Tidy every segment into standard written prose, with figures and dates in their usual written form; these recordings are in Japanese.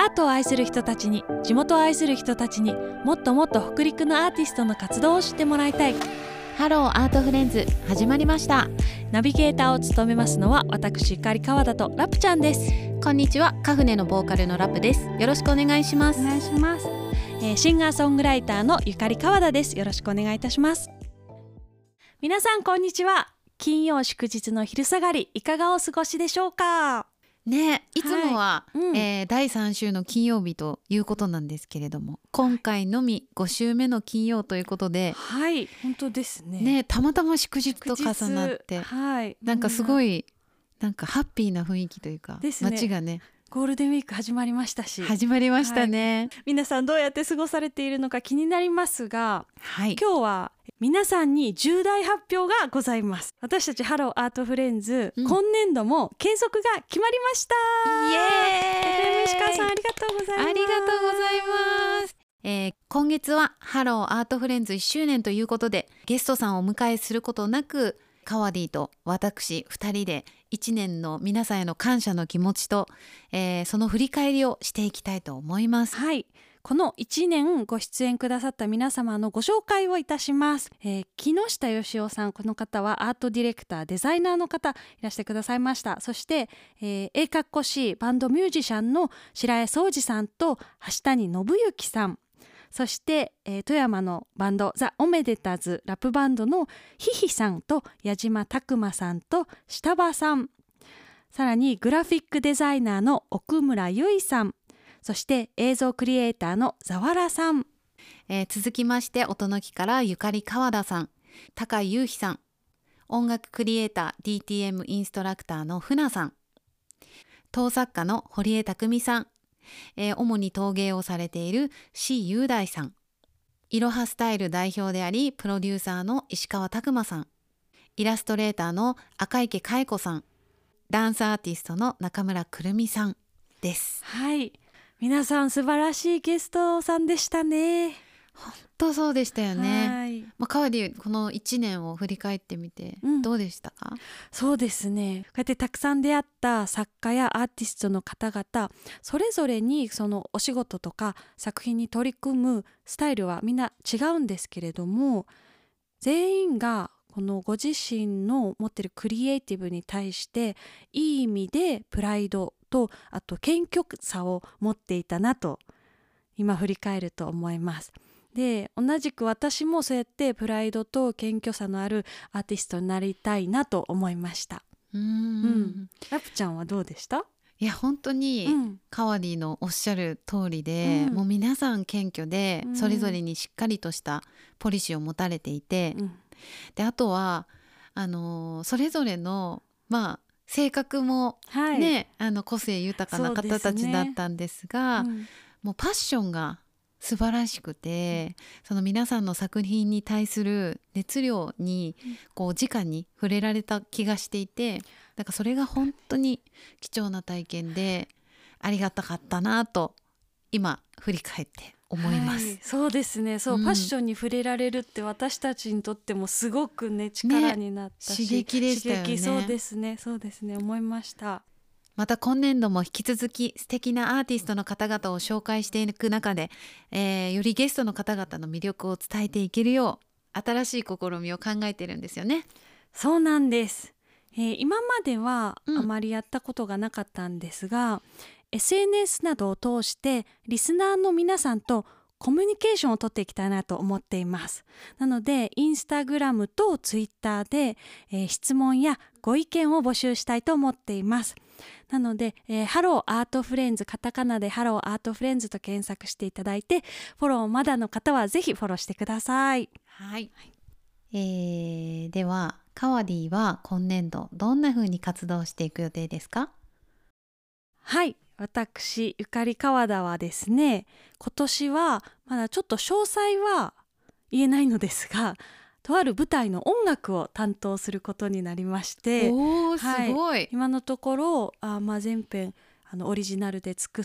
ートを愛する人たちに、地元を愛する人たちにもっともっと北陸のアーティストの活動を知ってもらいたい。 ハローアートフレンズ始まりました。 ナビゲーターを務めますのは私ゆかり川田とラプちゃんです。 こんにちは、カフネのボーカルのラプです。よろしくお願いします。 お願いします。シンガーソングライターのゆかり川田です。よろしくお願いいたします。皆さんこんにちは。金曜祝日の昼下がりいかがお過ごしでしょうかね、いつもは、第3週の金曜日ということなんですけれども、今回のみ5週目の金曜ということで、 はい、本当ですね。 たまたま祝日と重なって、なんかすごいなんかハッピーな雰囲気というか、街がね、 ゴールデンウィーク始まりましたし、 始まりましたね、 皆さんどうやって過ごされているのか気になりますが、 今日は皆さんに重大発表がございます。私たちハローアートフレンズ、今年度も継続が決まりました。 イエーイ。 石川さんありがとうございます。 ありがとうございます。今月はハローアートフレンズ1周年ということで、ゲストさんをお迎えすることなく、カワディと私2人で1年の皆さんへの感謝の気持ちと、その振り返りをしていきたいと思います。 はい、この1年ご出演くださった皆様のご紹介をいたします。木下義雄さん、この方はアートディレクターデザイナーの方いらしてくださいました。そして、かっこしいバンドミュージシャンの白江宗二さんと橋谷信之さん、そして、富山のバンドザ・オメデタズラップバンドのヒヒさんと矢島拓馬さんと下場さん、さらにグラフィックデザイナーの奥村由衣さん、そして映像クリエイターのザワラさん、 続きまして音の木からゆかり川田さん、高井雄飛さん、音楽クリエイター DTM インストラクターの船さん、陶作家の堀江匠さん、主に陶芸をされている C 雄大さん、いろはスタイル代表でありプロデューサーの石川拓馬さん、イラストレーターの赤池佳恵子さん、ダンスアーティストの中村くるみさんです。 はい、皆さん素晴らしいゲストさんでしたね。 本当そうでしたよね。川でこの1年を振り返ってみてどうでしたか？ そうですね、こうやってたくさん出会った作家やアーティストの方々、それぞれにそのお仕事とか作品に取り組むスタイルはみんな違うんですけれども、全員がこのご自身の持っているクリエイティブに対していい意味でプライドと、あと謙虚さを持っていたなと今振り返ると思います。で、同じく私もそうやってプライドと謙虚さのあるアーティストになりたいなと思いました。ラプちゃんはどうでした？ いや本当に川ディのおっしゃる通りで、もう皆さん謙虚で、それぞれにしっかりとしたポリシーを持たれていて、であとはそれぞれの性格もね、個性豊かな方たちだったんですが、もうパッションが素晴らしくて、その皆さんの作品に対する熱量にこう直に触れられた気がしていて、だからそれが本当に貴重な体験でありがたかったなと今振り返って思います。 そうですね、パッションに触れられるって私たちにとってもすごくね力になったし、 刺激でしたよね。 そうですね思いました。 また今年度も引き続き素敵なアーティストの方々を紹介していく中で、よりゲストの方々の魅力を伝えていけるよう新しい試みを考えてるんですよね。 そうなんです。今まではあまりやったことがなかったんですが、SNS などを通してリスナーの皆さんとコミュニケーションを取っていきたいなと思っています。なのでインスタグラムとツイッターで、質問やご意見を募集したいと思っています。なので、ハローアートフレンズ、カタカナでハローアートフレンズと検索していただいて、フォローまだの方はぜひフォローしてください。 はい、では川ディは今年度どんな風に活動していく予定ですか？ はい、私ゆかり川田はですね、今年はまだちょっと詳細は言えないのですが、とある舞台の音楽を担当することになりまして、 すごい、 今のところ全編オリジナルで作って、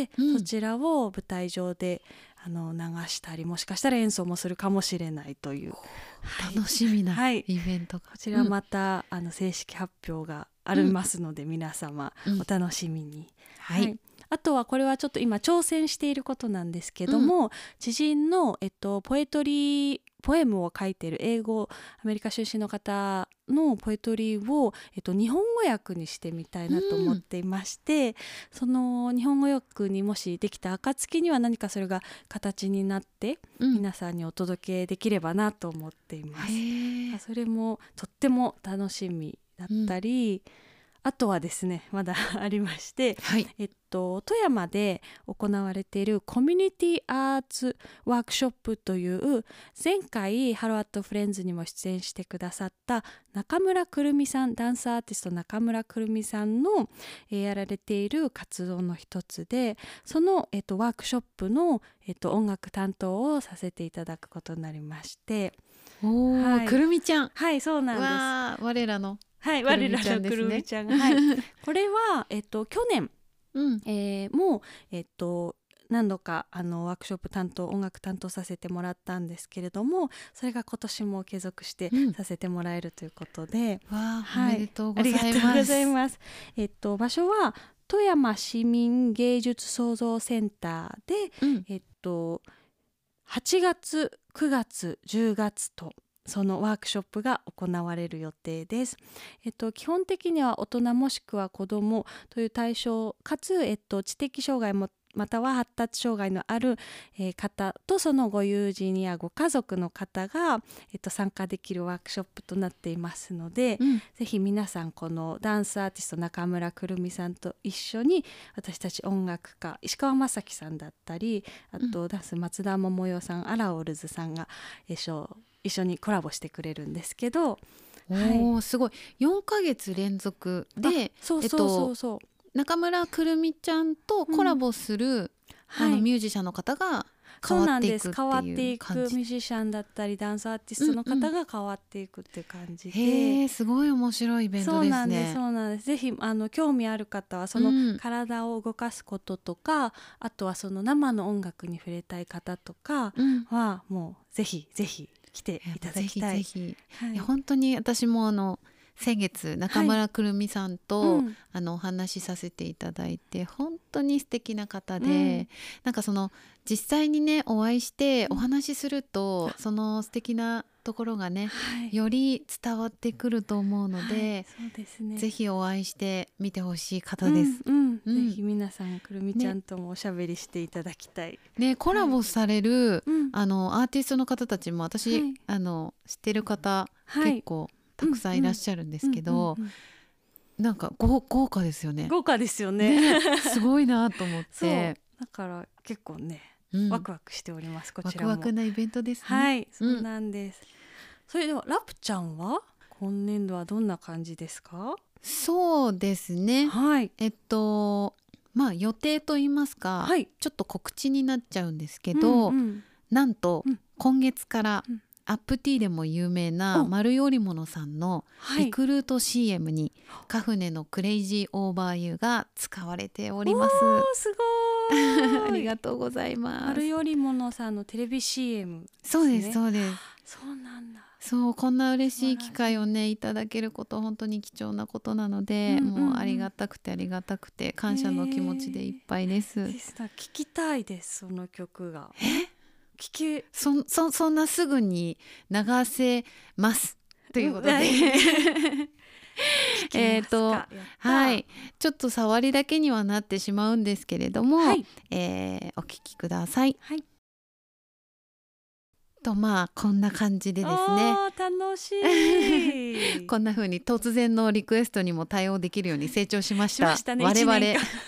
そちらを舞台上で流したり、もしかしたら演奏もするかもしれないという、 楽しみなイベントが、 こちらまた、正式発表がありますので、皆様お楽しみに。 あとはこれはちょっと今挑戦していることなんですけども、知人の、ポエムを書いている英語アメリカ出身の方のポエトリーを、日本語訳にしてみたいなと思っていまして、その日本語訳にもしできた暁には何かそれが形になって皆さんにお届けできればなと思っています。それもとっても楽しみだったり、あとはですねまだありまして、富山で行われているコミュニティアーツワークショップという前回ハローアットフレンズにも出演してくださった中村くるみさん、ダンスアーティスト中村くるみさんの、やられている活動の一つで、その、ワークショップの、音楽担当をさせていただくことになりまして、 くるみちゃん、 そうなんです。 我らの我らのくるみちゃん、これは、去年、もう、何度かワークショップ音楽担当させてもらったんですけれども、それが今年も継続してさせてもらえるということで、 おめでとうございます。 ありがとうございます。場所は富山市民芸術創造センターで、8月9月10月とそのワークショップが行われる予定です。基本的には大人もしくは子どもという対象かつ、知的障害もまたは発達障害のある、方とそのご友人やご家族の方が、参加できるワークショップとなっていますので、ぜひ皆さんこのダンスアーティスト中村くるみさんと一緒に私たち音楽家石川正樹さんだったり、あとダンス松田桃代さん、アラオルズさんが一緒にコラボしてくれるんですけど、 すごい4ヶ月連続でそう中村くるみちゃんとコラボする、ミュージシャンの方が変わっていくっていう感じ。 変わっていくミュージシャンだったりダンスアーティストの方が変わっていくっていう感じで、 すごい面白いイベントですね。 そうなんです。ぜひ興味ある方はその体を動かすこととか、あとはその生の音楽に触れたい方とかは、もうぜひぜひ来ていただきたい。 ぜひ本当に私も先月中村くるみさんと、お話しさせていただいて本当に素敵な方で、なんかその実際にねお会いしてお話しすると、その素敵なところがね、より伝わってくると思うので、 そうですね、 ぜひお会いしてみてほしい方です。 ぜひ皆さんくるみちゃんともおしゃべりしていただきたい、 コラボされる、アーティストの方たちも私、知ってる方、結構たくさんいらっしゃるんですけど、なんか豪華ですよね。 豪華ですよね。 すごいなと思ってだから結構ね、ワクワクしております。こちらもワクワクなイベントですね。 そうなんです。それではラプちゃんは今年度はどんな感じですか？ そうですね、予定といいますか、ちょっと告知になっちゃうんですけど、なんと、今月からアップティーでも有名な丸よりものさんのリクルート CM にカフネのクレイジーオーバーユーが使われております。 すごいありがとうございます。 丸よりものさんのテレビ CM ですね。 そうですそうです。 そうなんだ。 そう、こんな嬉しい機会をねいただけること本当に貴重なことなので、もうありがたくて感謝の気持ちでいっぱいです。 聞きたいです、その曲が。 そんなすぐに流せますということでちょっと触りだけにはなってしまうんですけれども、お聞きください。こんな感じでですね、 楽しいこんな風に突然のリクエストにも対応できるように成長しました。我々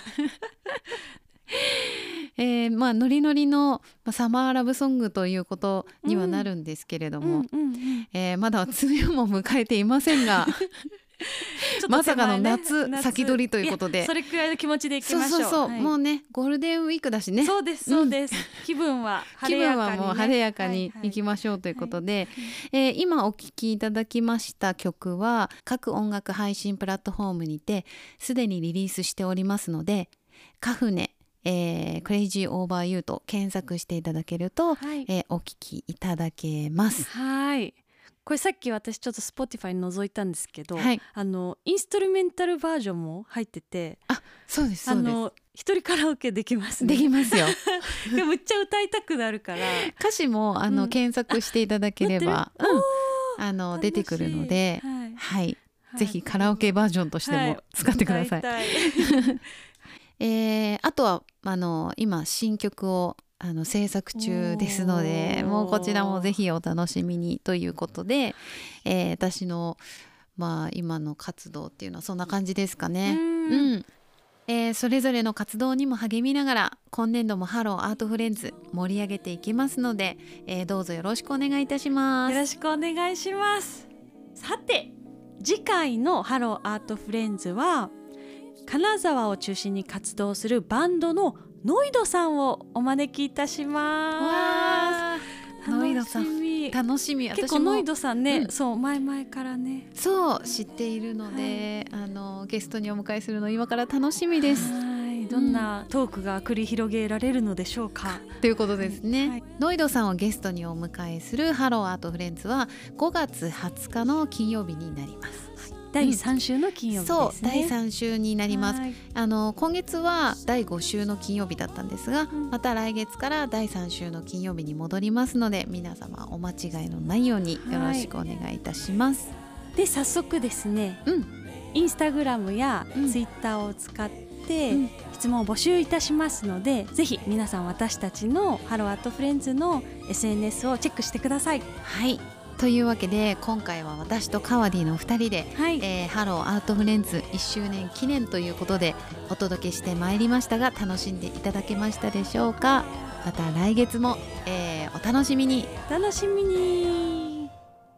ノリノリのサマーラブソングということにはなるんですけれども、まだ梅雨も迎えていませんがまさかの夏先取りということで、 それくらいの気持ちでいきましょう。 もうねゴールデンウィークだしね。 そうです、気分は晴れやかにいきましょうということで、今お聴きいただきました曲は各音楽配信プラットフォームにてすでにリリースしておりますので、カフネクレイジーオーバーユーと検索していただけると、お聞きいただけます。 これさっき私ちょっと Spotify に覗いたんですけど、 はい、 インストルメンタルバージョンも入ってて、 あ、そうですそうです。 一人カラオケできますね。 できますよでめっちゃ歌いたくなるから歌詞も検索していただければ、出てくるので、はい、ぜひカラオケバージョンとしても使ってください。あとは今新曲を制作中ですので、もうこちらもぜひお楽しみにということで、私の今の活動っていうのはそんな感じですかね。それぞれの活動にも励みながら今年度もハローアートフレンズ盛り上げていきますので、どうぞよろしくお願いいたします。 よろしくお願いします。さて次回のハローアートフレンズは金沢を中心に活動するバンドのノイドさんをお招きいたします。 ノイドさん楽しみ。 結構ノイドさんね、そう前々からねそう知っているので、ゲストにお迎えするの今から楽しみです。 どんなトークが繰り広げられるのでしょうか、 ということですね。ノイドさんをゲストにお迎えするハローアートフレンズは5月20日の金曜日になります。 第3週の金曜日ですね。 そう第3週になります。今月は第5週の金曜日だったんですが、また来月から第3週の金曜日に戻りますので、皆様お間違いのないようによろしくお願いいたします。 で早速ですね、インスタグラムやツイッターを使って、質問を募集いたしますので、ぜひ皆さん私たちのハローアートフレンズの SNS をチェックしてください。 はい、というわけで今回は私とカワディの2人で、ハローアートフレンズ1周年記念ということでお届けしてまいりましたが、楽しんでいただけましたでしょうか。また来月も、お楽しみに。 楽しみに。